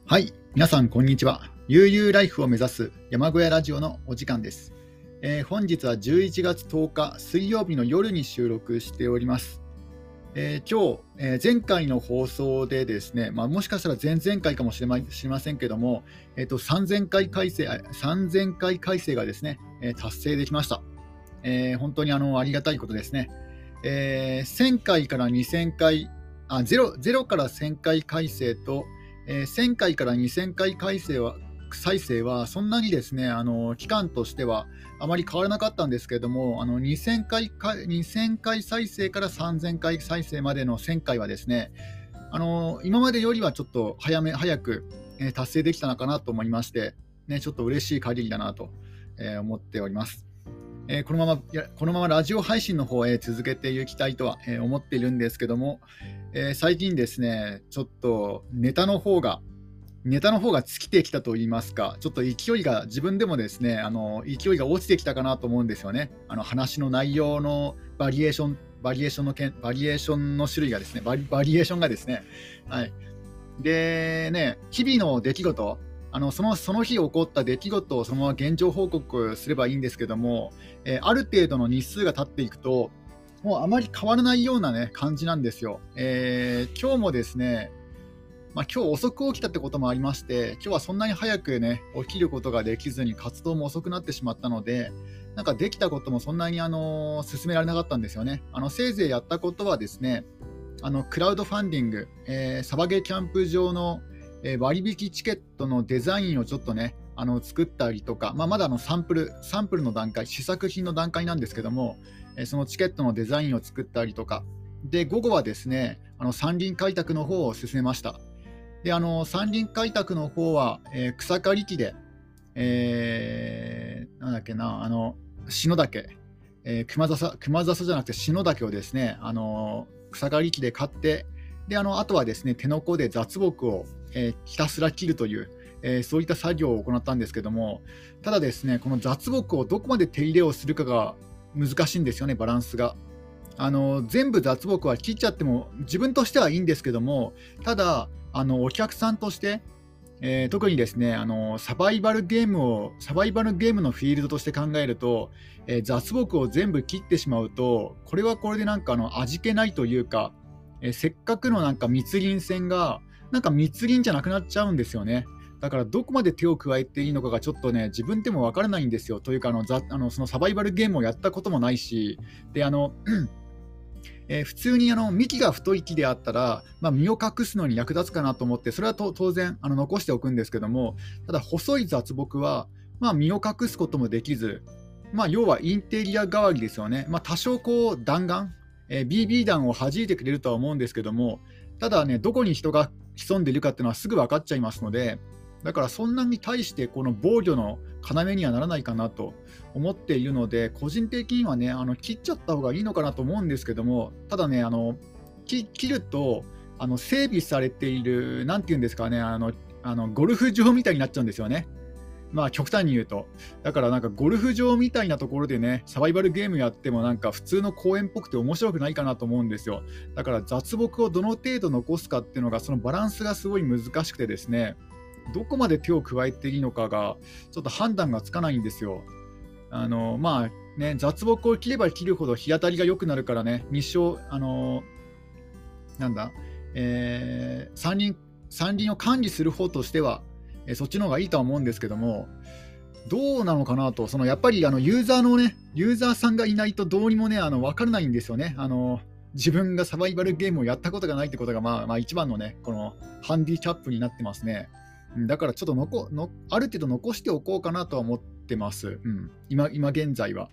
はい、皆さんこんにちは。悠々ライフを目指す山小屋ラジオのお時間です。本日は11月10日水曜日の夜に収録しております。今日、前回の放送でですね、もしかしたら前々回かもしれませんけども、3000回再生、3000回再生がですね、達成できました。本当にありがたいことですね。1000回から2000回、0から1000回再生と、1000回から2000回再生はそんなにですね、期間としてはあまり変わらなかったんですけれども、2000回再生から3000回再生までの1000回はですね、今までよりはちょっと早く、達成できたのかなと思いまして、ね、ちょっと嬉しい限りだなと、思っております。このままラジオ配信の方へ続けていきたいとは、思っているんですけども、最近ですね、ちょっとネタの方が尽きてきたと言いますか、ちょっと勢いが自分でもですね、勢いが落ちてきたかなと思うんですよね。話の内容のバリエーションの種類がですね、バリエーションがですね、はい。でね、日々の出来事、その日起こった出来事をそのまま現状報告すればいいんですけども、ある程度の日数が経っていくと、もうあまり変わらないような、ね、感じなんですよ。今日もですね、今日遅く起きたってこともありまして、今日はそんなに早くね、起きることができずに活動も遅くなってしまったので、なんかできたこともそんなに進められなかったんですよね。せいぜいやったことはですね、クラウドファンディング、サバゲキャンプ場の、割引チケットのデザインをちょっとね、作ったりとか、まだサンプルの段階、試作品の段階なんですけども、そのチケットのデザインを作ったりとか、で午後はですね、山林開拓の方を進めました。で山林開拓の方は、草刈り機で、なんだっけな、篠岳、熊笹じゃなくて篠岳をですね、草刈り機で刈って、であとはですね、手の甲で雑木を、ひたすら切るという、そういった作業を行ったんですけども、ただですね、この雑木をどこまで手入れをするかが難しいんですよね、バランスが。全部雑木は切っちゃっても自分としてはいいんですけども、ただお客さんとして、特にですね、サバイバルゲームのフィールドとして考えると、雑木を全部切ってしまうと、これはこれでなんか味気ないというか、せっかくのなんか密林線がなんか密林じゃなくなっちゃうんですよね。だからどこまで手を加えていいのかがちょっとね、自分でも分からないんですよ。というかそのサバイバルゲームをやったこともないし、で普通に幹が太い木であったら、身を隠すのに役立つかなと思って、それは当然残しておくんですけども、ただ細い雑木は、身を隠すこともできず、要はインテリア代わりですよね。多少こう弾丸、BB 弾を弾いてくれるとは思うんですけども、ただね、どこに人が潜んでいるかっていうのはすぐ分かっちゃいますので、だからそんなに対してこの防御の要にはならないかなと思っているので、個人的にはね、切っちゃった方がいいのかなと思うんですけども、ただね、切ると整備されている、なんていうんですかね、ゴルフ場みたいになっちゃうんですよね。極端に言うと。だからなんかゴルフ場みたいなところでね、サバイバルゲームやってもなんか普通の公園っぽくて面白くないかなと思うんですよ。だから雑木をどの程度残すかっていうのが、そのバランスがすごい難しくてですね、どこまで手を加えていいのかがちょっと判断がつかないんですよ。雑木を切れば切るほど日当たりが良くなるからね、日照、なんだ、山林を管理する方としては、そっちの方がいいとは思うんですけども、どうなのかなと、やっぱりユーザーさんがいないとどうにもね、分からないんですよね。自分がサバイバルゲームをやったことがないってことが、一番のね、このハンディキャップになってますね。だからちょっとある程度残しておこうかなとは思ってます。今現在は。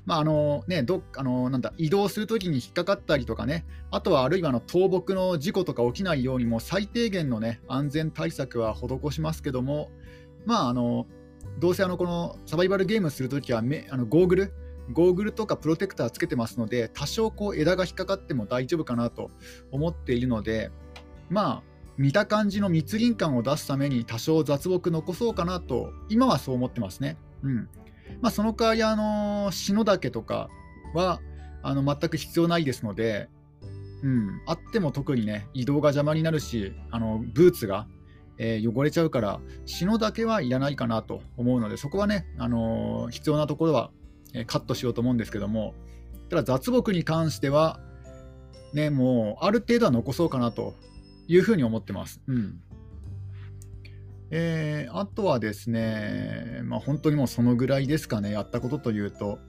移動するときに引っかかったりとかね、あとはあるいは倒木の事故とか起きないようにも最低限のね、安全対策は施しますけども、どうせこのサバイバルゲームするときはゴーグルとかプロテクターつけてますので、多少こう枝が引っかかっても大丈夫かなと思っているので、見た感じの密林感を出すために多少雑木残そうかなと今はそう思ってますね。その代わり篠岳とかは全く必要ないですので、あっても特にね、移動が邪魔になるし、ブーツが汚れちゃうから、篠だけはいらないかなと思うので、そこはね、必要なところは、カットしようと思うんですけども、ただ雑木に関しては、ね、もうある程度は残そうかなというふうに思ってます。あとはですね、本当にもうそのぐらいですかね、やったことというと。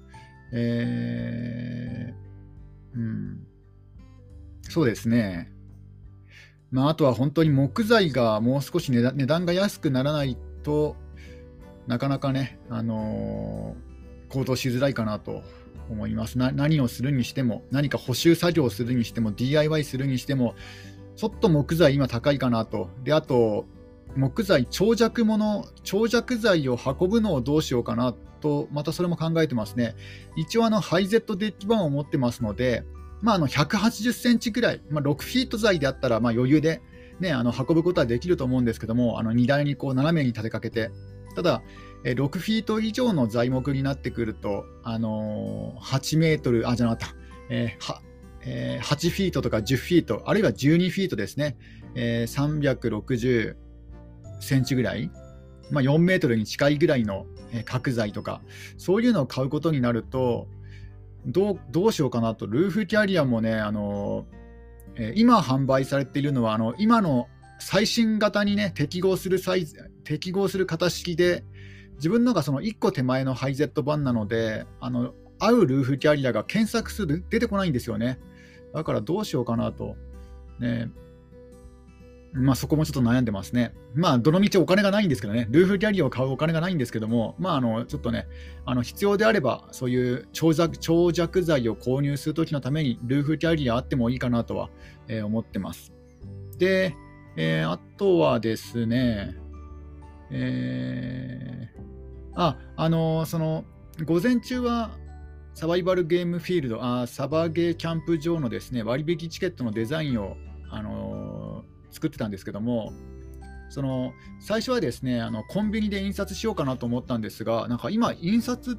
えーうん、そうですね。あとは本当に木材がもう少し値段が安くならないと、なかなかね、行動しづらいかなと思います。何をするにしても、何か補修作業をするにしても、DIY するにしても、ちょっと木材今高いかなと。で、あと、木材、長尺材を運ぶのをどうしようかなと、またそれも考えてますね。一応ハイゼットデッキ板を持ってますので、180センチぐらい、6フィート材であったら余裕で、ね、運ぶことはできると思うんですけども、荷台にこう斜めに立てかけて、ただ、6フィート以上の材木になってくると、8メートル、じゃなかった、8フィートとか10フィート、あるいは12フィートですね、360センチぐらい、4メートルに近いぐらいの角材とか、そういうのを買うことになると、どうしようかなと。ルーフキャリアもね、今販売されているのは今の最新型にね適合する型式で、自分のがその1個手前のハイゼット版なので、合うルーフキャリアが検索する出てこないんですよね。だからどうしようかなと、ね。そこもちょっと悩んでますね。どのみちお金がないんですけどね、ルーフキャリアを買うお金がないんですけども、ちょっとね、必要であれば、そういう長尺材を購入するときのために、ルーフキャリアあってもいいかなとは、思ってます。で、あとはですね、その午前中はサバイバルゲームフィールド、サバゲーキャンプ場のですね、割引チケットのデザインを、作ってたんですけども、最初はですね、コンビニで印刷しようかなと思ったんですが、なんか今、印刷って、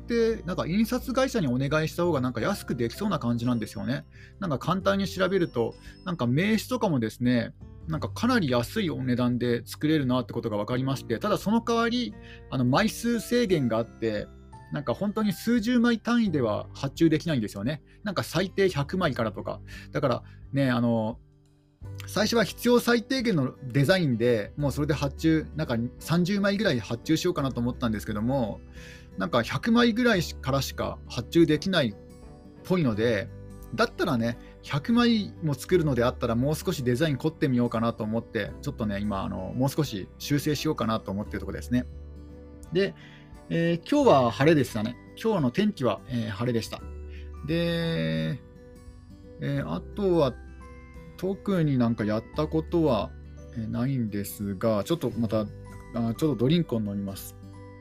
なんか印刷会社にお願いした方がなんか安くできそうな感じなんですよね。なんか簡単に調べると、なんか名刺とかもですね、なんかかなり安いお値段で作れるなってことが分かりまして、ただその代わり、枚数制限があって、なんか本当に数十枚単位では発注できないんですよね。なんか最低100枚からとか。だからね、最初は必要最低限のデザインでもうそれで発注、なんか30枚ぐらい発注しようかなと思ったんですけども、なんか100枚ぐらいからしか発注できないっぽいので、だったらね、100枚も作るのであったらもう少しデザイン凝ってみようかなと思って、ちょっとね、今もう少し修正しようかなと思っているところですね。で、今日は晴れでしたね。今日の天気は、晴れでした。で、あとは特になんかやったことはないんですが、ちょっとまたちょっとドリンクを飲みます。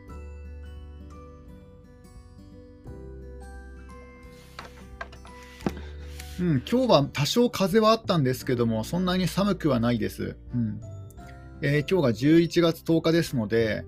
今日は多少風はあったんですけども、そんなに寒くはないです。今日が11月10日ですので、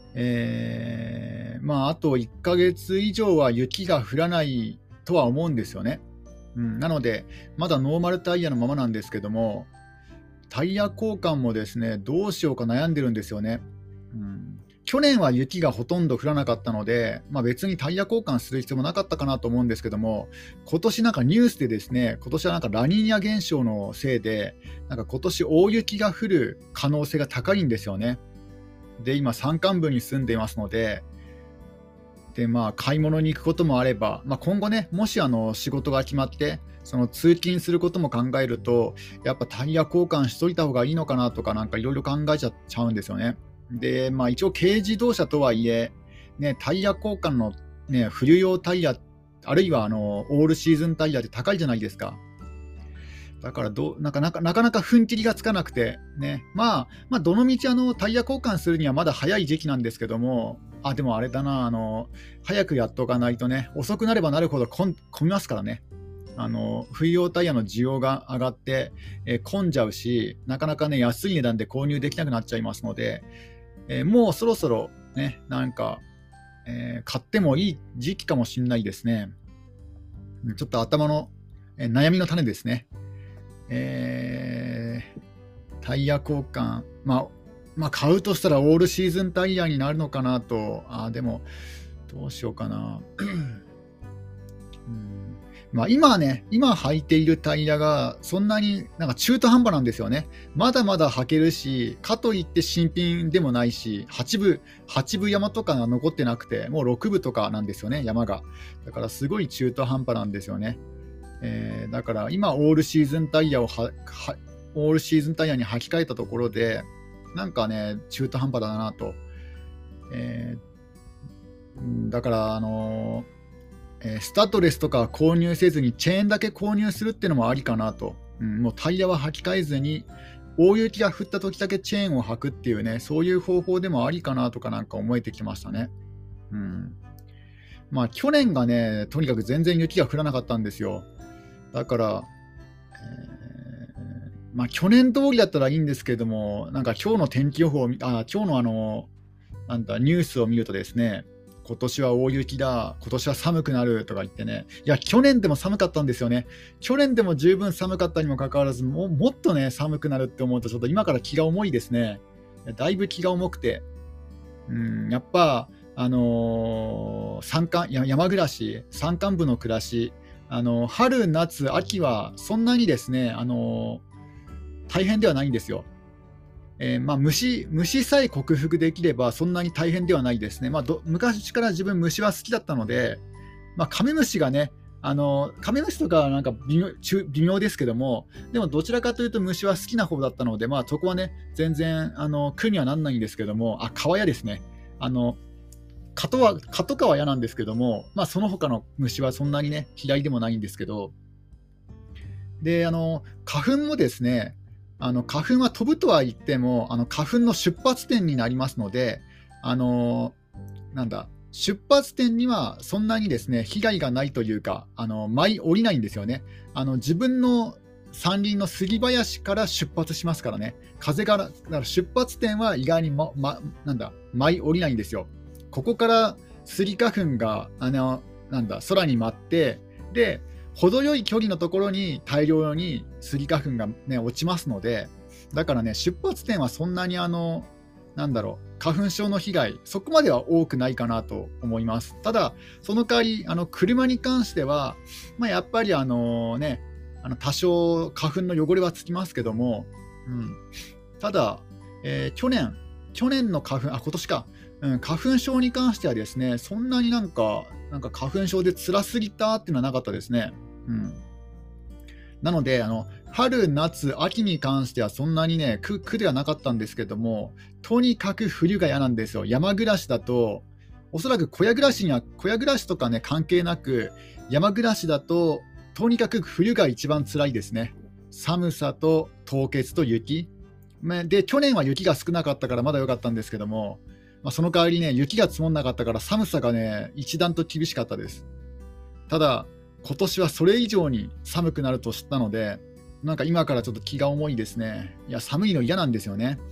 あと1ヶ月以上は雪が降らないとは思うんですよね。なので、まだノーマルタイヤのままなんですけども、タイヤ交換もですね、どうしようか悩んでるんですよね。去年は雪がほとんど降らなかったので、別にタイヤ交換する必要もなかったかなと思うんですけども、今年なんかニュースでですね、今年はなんかラニーニャ現象のせいで、なんか今年大雪が降る可能性が高いんですよね。で、今山間部に住んでいますので、買い物に行くこともあれば、今後ね、もし仕事が決まって、その通勤することも考えると、やっぱタイヤ交換しといた方がいいのかなとか、なんかいろいろ考えちゃうんですよね。で、一応軽自動車とはいえ、ね、タイヤ交換の、ね、冬用タイヤ、あるいはオールシーズンタイヤって高いじゃないですか。だからなかなか踏ん切りがつかなくて、ね、どのみちタイヤ交換するにはまだ早い時期なんですけども、でもあれだな、早くやっとかないとね、遅くなればなるほど混みますからね。冬用タイヤの需要が上がって、混んじゃうし、なかなかね、安い値段で購入できなくなっちゃいますので、もうそろそろね、なんか、買ってもいい時期かもしれないですね。ちょっと頭の、悩みの種ですね。タイヤ交換、 まあ、買うとしたらオールシーズンタイヤになるのかなと。でも、どうしようかな。まあ、今履いているタイヤがそんなになんか中途半端なんですよね。まだまだ履けるし、かといって新品でもないし、8部山とかが残ってなくて、もう6部とかなんですよね、山が。だからすごい中途半端なんですよね。だから今、オールシーズンタイヤに履き替えたところで、なんかね、中途半端だなと。だから、スタッドレスとか購入せずにチェーンだけ購入するっていうのもありかなと。もうタイヤは履き替えずに、大雪が降った時だけチェーンを履くっていうね、そういう方法でもありかなとかなんか思えてきましたね。まあ去年がね、とにかく全然雪が降らなかったんですよ。だから、まあ去年通りだったらいいんですけども、なんか今日の天気予報、今日のニュースを見るとですね、今年は大雪だ、今年は寒くなるとか言ってね、いや、去年でも寒かったんですよね。去年でも十分寒かったにもかかわらず、もっとね、寒くなるって思うと、ちょっと今から気が重いですね。だいぶ気が重くて、やっぱ、山暮らし、山間部の暮らし、春、夏、秋はそんなにですね、大変ではないんですよ。まあ、虫さえ克服できればそんなに大変ではないですね。まあ、昔から自分虫は好きだったので、まあ、カメムシがね、カメムシとかはなんか微妙ですけども、でもどちらかというと虫は好きな方だったので、まあ、そこはね、全然苦にはなんないんですけども、蚊は嫌ですね。蚊とかは嫌なんですけども、まあ、その他の虫はそんなにね、嫌いでもないんですけど、で、花粉もですね、花粉は飛ぶとは言っても、花粉の出発点になりますので、出発点にはそんなにですね、被害がないというか、舞い降りないんですよね。自分の山林の杉林から出発しますからね。だから出発点は意外に、舞い降りないんですよ。ここからスギ花粉が、空に舞って、で、程よい距離のところに大量にスギ花粉が、ね、落ちますので、だからね、出発点はそんなに花粉症の被害、そこまでは多くないかなと思います。ただ、その代わり、車に関しては、まあ、やっぱり多少花粉の汚れはつきますけども、ただ、去年の花粉、今年か、花粉症に関してはですね、そんなになんか花粉症で辛すぎたっていうのはなかったですね。なので、春、夏、秋に関してはそんなにね、苦ではなかったんですけども、とにかく冬が嫌なんですよ。山暮らしだと、おそらく小屋暮らしとかね、関係なく、山暮らしだと、とにかく冬が一番辛いですね。寒さと凍結と雪。で、去年は雪が少なかったからまだ良かったんですけども、その代わりね、雪が積もんなかったから寒さがね、一段と厳しかったです。ただ、今年はそれ以上に寒くなると知ったので、なんか今からちょっと気が重いですね。いや、寒いの嫌なんですよね。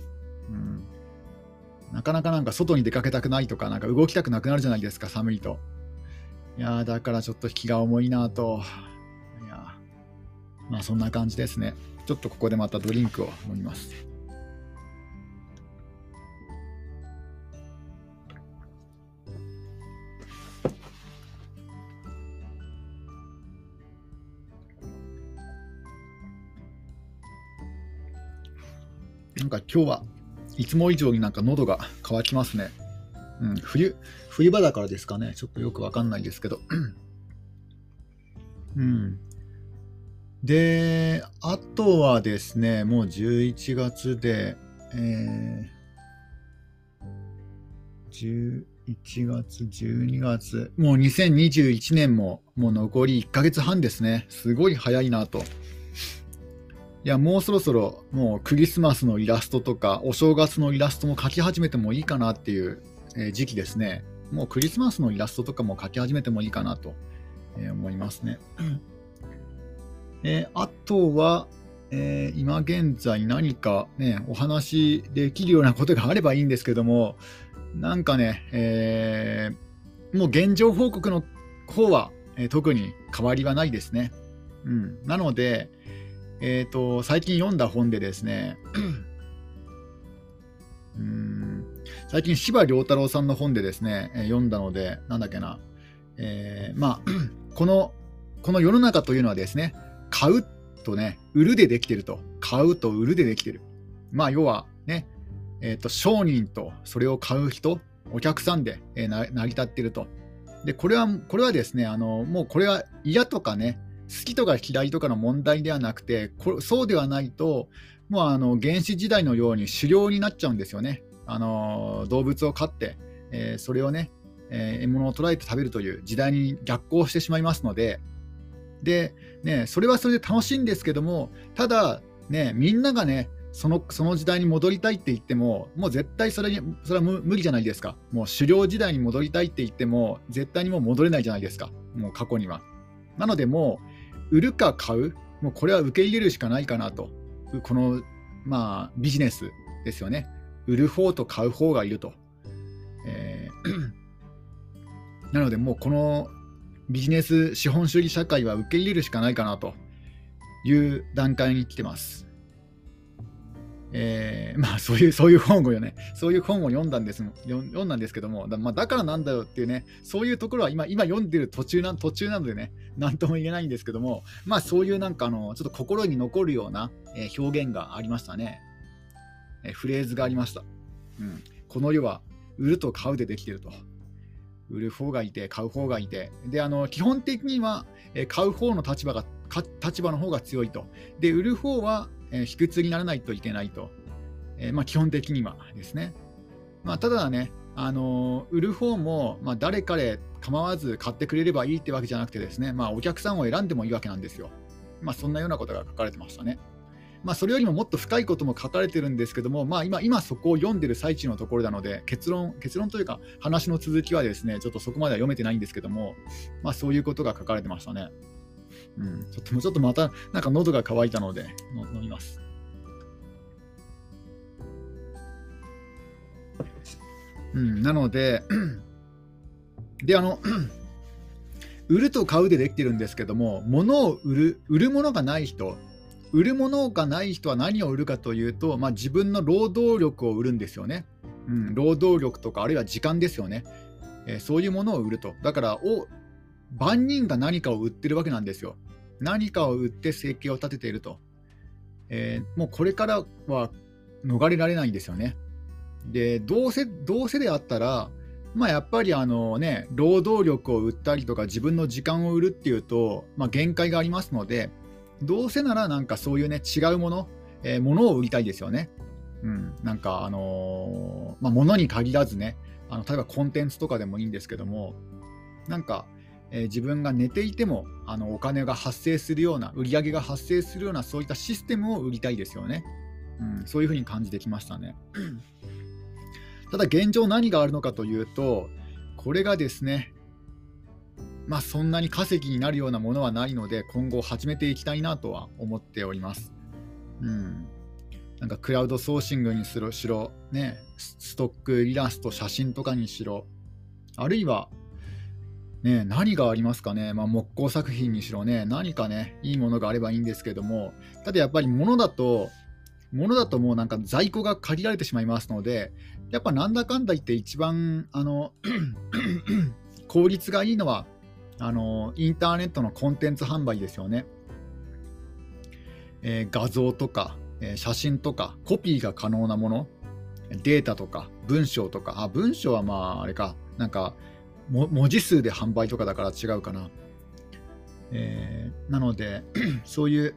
なかなかなんか外に出かけたくないとか、なんか動きたくなくなるじゃないですか、寒いと。いや、だからちょっと気が重いなと。いや、まあそんな感じですね。ちょっとここでまたドリンクを飲みます。なんか今日はいつも以上になんか喉が渇きますね。冬場だからですかね。ちょっとよくわかんないですけど。で、あとはですね、もう11月で、11月、12月、もう2021年ももう残り1ヶ月半ですね。すごい早いなと。いや、もうそろそろもうクリスマスのイラストとかお正月のイラストも描き始めてもいいかなっていう、時期ですね。もうクリスマスのイラストとかも描き始めてもいいかなと、思いますね。あとは、今現在何かね、お話できるようなことがあればいいんですけども、なんかね、もう現状報告の方は、特に変わりはないですね。なので、最近読んだ本でですね、 最近司馬遼太郎さんの本でですね、読んだので、なんだっけな、まあこの世の中というのはですね、買うとね、売るでできてると。買うと売るでできてる。まあ要はね、商人とそれを買う人、お客さんで、成り立っていると。で、これはですね、もうこれは嫌とかね、好きとか嫌いとかの問題ではなくて、そうではないと、もう原始時代のように狩猟になっちゃうんですよね。動物を飼って、それをね、獲物を捕らえて食べるという時代に逆行してしまいますので、それはそれで楽しいんですけども、ただ、みんながね、その時代に戻りたいって言っても、もう絶対それは無理じゃないですか。もう狩猟時代に戻りたいって言っても、絶対にもう戻れないじゃないですか、もう過去には。なので、もう売るか買う、もうこれは受け入れるしかないかなと、この、ビジネスですよね。売る方と買う方がいると。なので、もうこのビジネス資本主義社会は受け入れるしかないかなという段階に来てます。そういう本をね、そういう本を読んだんですけども、だからなんだろうっていうね、そういうところは今読んでる途中なのでね、なんとも言えないんですけども、そういうなんかちょっと心に残るような、表現がありましたね。フレーズがありました。この世は売ると買うでできていると。売る方がいて買う方がいて、で基本的には買う方の立場の方が強いと。で売る方は卑屈にならないといけないと、基本的にはですね。ただね、売る方も、誰彼構わず買ってくれればいいってわけじゃなくてですね、お客さんを選んでもいいわけなんですよ。そんなようなことが書かれてましたね。それよりももっと深いことも書かれてるんですけども、今そこを読んでる最中のところなので、結論というか話の続きはですね、ちょっとそこまでは読めてないんですけども、そういうことが書かれてましたね。ちょっとまたなんか喉が渇いたので飲みます。なので売ると買うでできてるんですけども、物を売るものがない人は何を売るかというと、自分の労働力を売るんですよね。労働力とかあるいは時間ですよね。そういうものを売ると。だから万人が何かを売ってるわけなんですよ。何かを売って生計を立てていると。もうこれからは逃れられないんですよね。でどうせであったら、やっぱり労働力を売ったりとか自分の時間を売るっていうと、限界がありますので、どうせならなんかそういうね、違うものを売りたいですよね。なんか物に限らずね、例えばコンテンツとかでもいいんですけども、なんか、自分が寝ていてもお金が発生するような、売り上げが発生するような、そういったシステムを売りたいですよね。そういうふうに感じてきましたね。ただ現状何があるのかというと、これがですね、そんなに稼ぎになるようなものはないので、今後始めていきたいなとは思っております。なんかクラウドソーシングにしろ、ね、ストックイラスト写真とかにしろ、あるいは、何がありますかね、木工作品にしろね、何かね、いいものがあればいいんですけども、ただやっぱり物だともうなんか在庫が限られてしまいますので、やっぱなんだかんだ言って一番効率がいいのはインターネットのコンテンツ販売ですよね。画像とか、写真とかコピーが可能なもの、データとか文章とか、文章はあれか、なんか文字数で販売とかだから違うかな。なのでそういう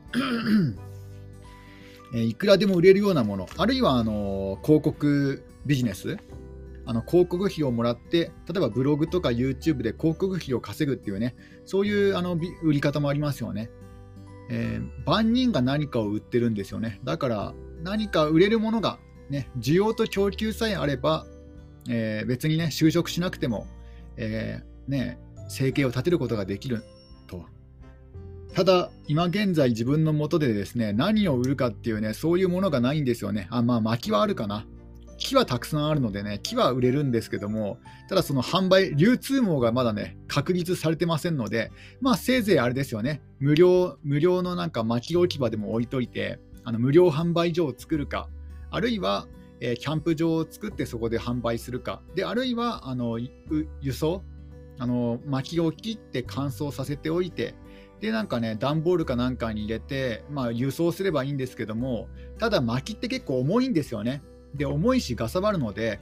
いくらでも売れるようなもの、あるいは広告ビジネス、広告費をもらって、例えばブログとか YouTube で広告費を稼ぐっていうね、そういう売り方もありますよね。万人が何かを売ってるんですよね。だから何か売れるものが、需要と供給さえあれば、別にね、就職しなくても、生計を立てることができると。ただ今現在自分の元でですね、何を売るかっていうね、そういうものがないんですよね。薪はあるかな。木はたくさんあるのでね、木は売れるんですけども、ただその販売、流通網がまだね、確立されてませんので、せいぜいあれですよね、無料のなんか薪置き場でも置いといて、無料販売所を作るか、あるいは、 キャンプ場を作ってそこで販売するかで、あるいは輸送、薪を切って乾燥させておいて、でなんかね、段ボールかなんかに入れて、輸送すればいいんですけども、ただ薪って結構重いんですよね。で重いしかさばるので、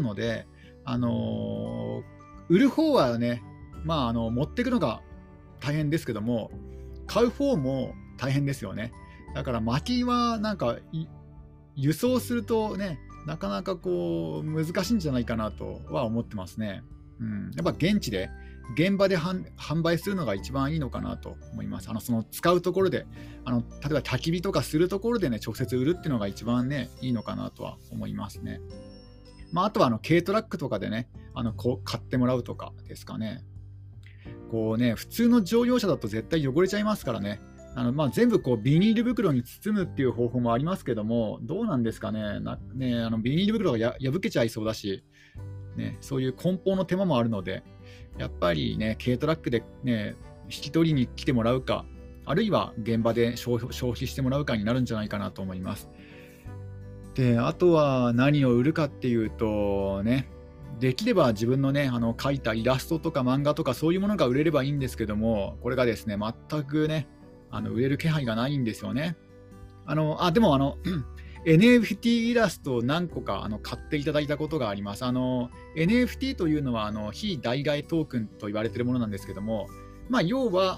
売る方はね、持っていくのが大変ですけども、買う方も大変ですよね。だから薪はなんか輸送するとね、なかなかこう難しいんじゃないかなとは思ってますね。やっぱ現場で販売するのが一番いいのかなと思います。その使うところで、例えば焚き火とかするところでね、直接売るっていうのが一番ね、いいのかなとは思いますね。あとは軽トラックとかでね、こう買ってもらうとかですかね。こうね、普通の乗用車だと絶対汚れちゃいますからね。全部こうビニール袋に包むっていう方法もありますけども、どうなんですかね。ビニール袋が破けちゃいそうだし、ね、そういう梱包の手間もあるので、やっぱりね、軽トラックでね、引き取りに来てもらうか、あるいは現場で消費してもらうかになるんじゃないかなと思います。で、あとは何を売るかっていうとね、できれば自分のね、描いたイラストとか漫画とかそういうものが売れればいいんですけども、これがですね、全くね、売れる気配がないんですよね。でもNFT イラストを何個か買っていただいたことがあります。NFT というのは非代替トークンと言われているものなんですけども、要は、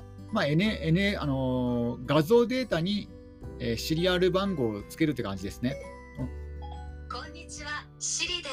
画像データに、シリアル番号をつけるって感じですね。 こんにちは、シリです。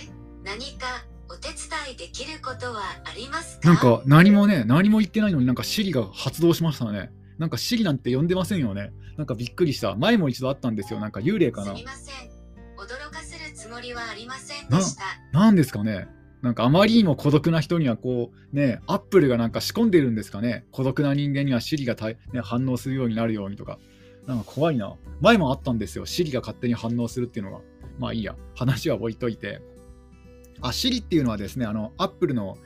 何かお手伝いできることはありますか？ なんか何も言ってないのになんかシリが発動しましたね。なんかシリなんて呼んでませんよね。なんかびっくりした。前も一度あったんですよ。なんか幽霊かな。 すみません。驚かせるつもりはありませんでした。 なんですかね。なんかあまりにも孤独な人にはこうね、アップルがなんか仕込んでるんですかね。孤独な人間にはシリが反応するようになるようにとか。なんか怖いな。前もあったんですよ。シリが勝手に反応するっていうのが。まあいいや。話は置いといて。シリっていうのはですね、アップルの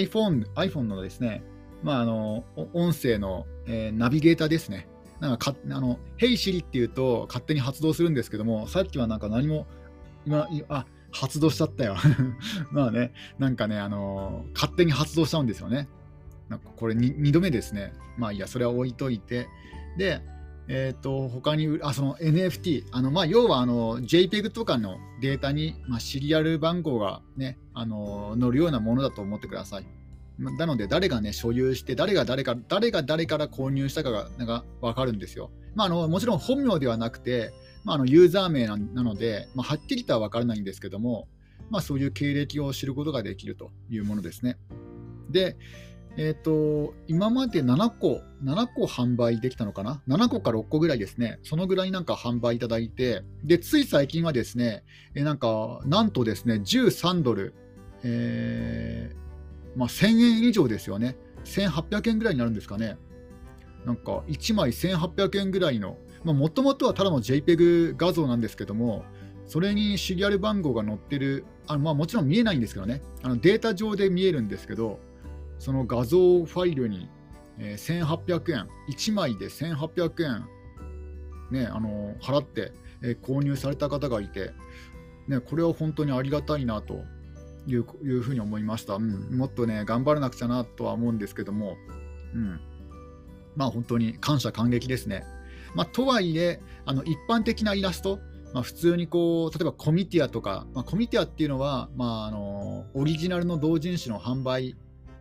iPhone のですね、音声の、ナビゲーターですね。なんかHey Siri っていうと勝手に発動するんですけども、さっきはなんか何も発動しちゃったよ。なんかね、勝手に発動しちゃうんですよね。なんかこれ 2度目ですね。いいや、それは置いといて。で、他にその NFT、要はJPEG とかのデータに、シリアル番号が、ね、載るようなものだと思ってください。なので、誰が、所有して、誰が誰から購入したかが分かるんですよ。もちろん本名ではなくて、ユーザー名なので、はっきりとは分からないんですけども、そういう経歴を知ることができるというものですね。で、今まで7個販売できたのかな、7個か6個ぐらいですね、そのぐらいなんか販売いただいて、でつい最近はですね、なんとですね、13ドル、1000円以上ですよね、1800円ぐらいになるんですかね、なんか1枚1800円ぐらいの、もともとはただの JPEG 画像なんですけども、それにシリアル番号が載ってる、もちろん見えないんですけどね、データ上で見えるんですけど、その画像ファイルに、1800円、1枚で1800円、払って、購入された方がいて、これは本当にありがたいなというふうに思いました。もっとね、頑張らなくちゃなとは思うんですけども、本当に感謝感激ですね。とはいえ、一般的なイラスト、普通にこう例えばコミティアとか、コミティアっていうのは、オリジナルの同人誌の販売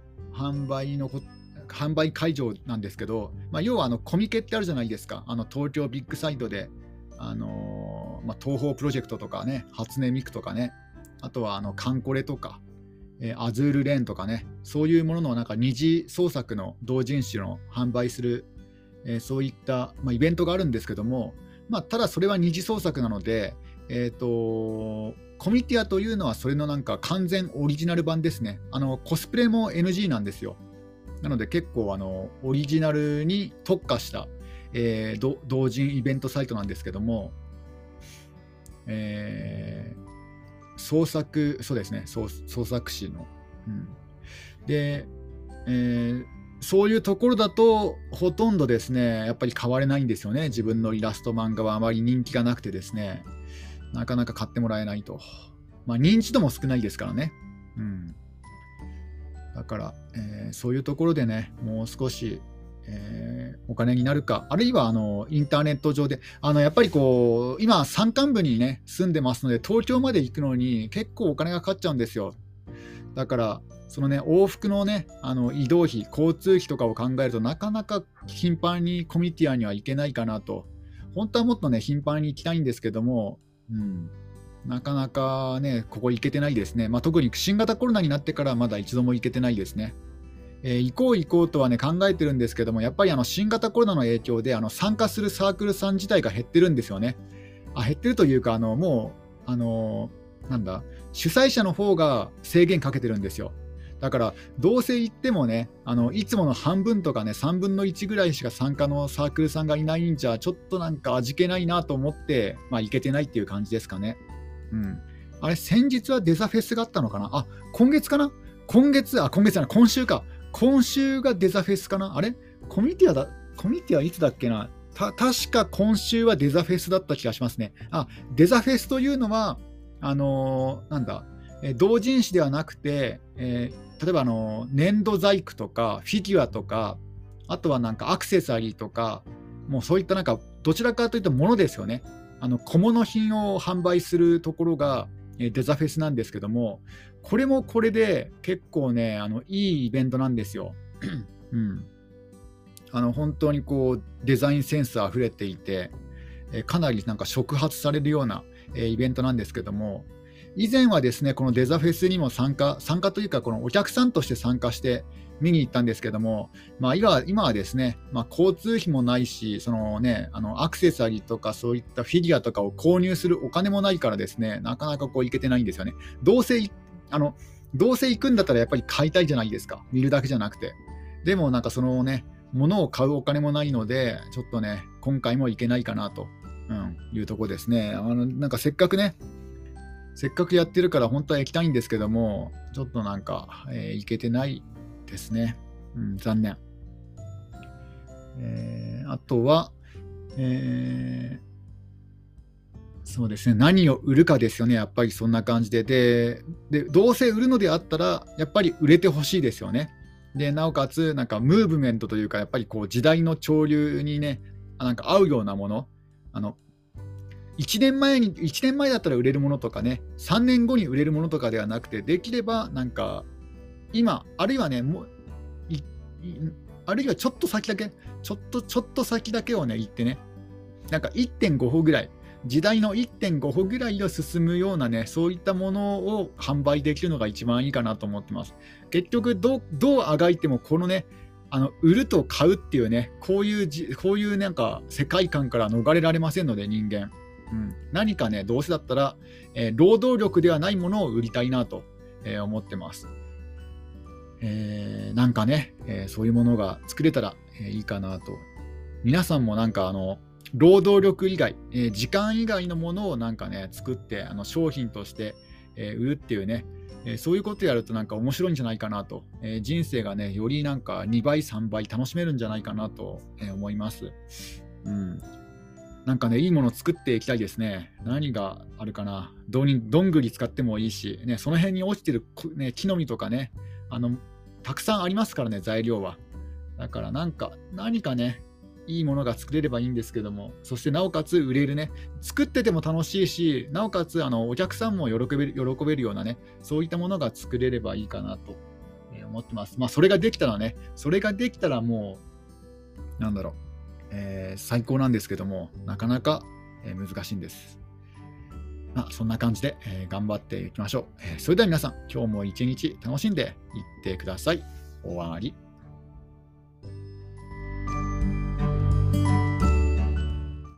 会場なんですけど、要はコミケってあるじゃないですか。東京ビッグサイトで、東宝プロジェクトとかね、初音ミクとかね、あとはカンコレとか、アズールレーンとかね、そういうもののなんか二次創作の同人誌を販売する、そういった、イベントがあるんですけども、ただそれは二次創作なので、コミティアというのはそれのなんか完全オリジナル版ですね。コスプレも NG なんですよ。なので結構オリジナルに特化した、同人イベントサイトなんですけども、創作誌の、で、そういうところだとほとんどですね、やっぱり買われないんですよね。自分のイラスト漫画はあまり人気がなくてですね。 なかなか買ってもらえないと。認知度も少ないですからね。だから、そういうところでね、もう少し、お金になるか、あるいはインターネット上で、やっぱりこう、今、山間部にね、住んでますので、東京まで行くのに結構お金がかかっちゃうんですよ。だから、そのね、往復のね、移動費、交通費とかを考えるとなかなか頻繁にコミュニティアには行けないかなと。本当はもっとね、頻繁に行きたいんですけども、なかなかね、ここ行けてないですね。特に新型コロナになってからまだ一度も行けてないですね。行こうとはね、考えてるんですけども、やっぱり新型コロナの影響で参加するサークルさん自体が減ってるんですよね。減ってるというか、もう主催者の方が制限かけてるんですよ。だからどうせ行ってもね、いつもの半分とかね、3分の1ぐらいしか参加のサークルさんがいないんじゃ、ちょっとなんか味気ないなと思って、行けてないっていう感じですかね。あれ、先日はデザフェスがあったのかな。今月かな。今週か。今週がデザフェスかな。あれ、コミュニティはいつだっけな。確か今週はデザフェスだった気がしますね。デザフェスというのは、同人誌ではなくて、例えば粘土細工とかフィギュアとか、あとはなんかアクセサリーとか、もうそういったなんかどちらかというとものですよね。小物品を販売するところがデザフェスなんですけども、これもこれで結構ね、いいイベントなんですよ。本当にこうデザインセンスあふれていて、かなりなんか触発されるようなイベントなんですけども、以前はですね、このデザフェスにも参加というか、このお客さんとして参加して見に行ったんですけども、今はですね、交通費もないし、そのね、アクセサリーとかそういったフィギュアとかを購入するお金もないからですね、なかなかこう行けてないんですよね。どうせ行くんだったらやっぱり買いたいじゃないですか。見るだけじゃなくて。でもなんかそのね、物を買うお金もないので、ちょっとね、今回も行けないかなと、いうところですね。なんかせっかくやってるから本当は行きたいんですけども、ちょっとなんか、行けてないですね。残念。あとは、そうですね、何を売るかですよね、やっぱりそんな感じで。で、どうせ売るのであったら、やっぱり売れてほしいですよね。で、なおかつ、なんかムーブメントというか、やっぱりこう時代の潮流にね、なんか合うようなもの、1年前だったら売れるものとかね、3年後に売れるものとかではなくて、できればなんか今、あるいはね、あるいはちょっと先だけ、ちょっと先だけをね、行ってね、なんか 1.5 歩ぐらい、時代の 1.5 歩ぐらいを進むようなね、そういったものを販売できるのが一番いいかなと思ってます。結局、どうあがいても、このね、売ると買うっていうね、こういうなんか世界観から逃れられませんので、人間。何かね、どうせだったら、労働力ではないものを売りたいなと、思ってます。なんかね、そういうものが作れたら、いいかなと。皆さんもなんか労働力以外、時間以外のものをなんかね、作って商品として、売るっていうね、そういうことやるとなんか面白いんじゃないかなと、人生がね、よりなんか2倍3倍楽しめるんじゃないかなと、思います。なんかね、いいものを作っていきたいですね。何があるかな。どんぐり使ってもいいし、ね、その辺に落ちてる、ね、木の実とかね、たくさんありますからね、材料は。だから何かね、いいものが作れればいいんですけども、そしてなおかつ売れるね、作ってても楽しいし、なおかつお客さんも喜べるようなね、そういったものが作れればいいかなと思ってます。それができたらもう、なんだろう。最高なんですけども、なかなか、難しいんです。そんな感じで、頑張っていきましょう。それでは皆さん、今日も一日楽しんでいってください。終わり。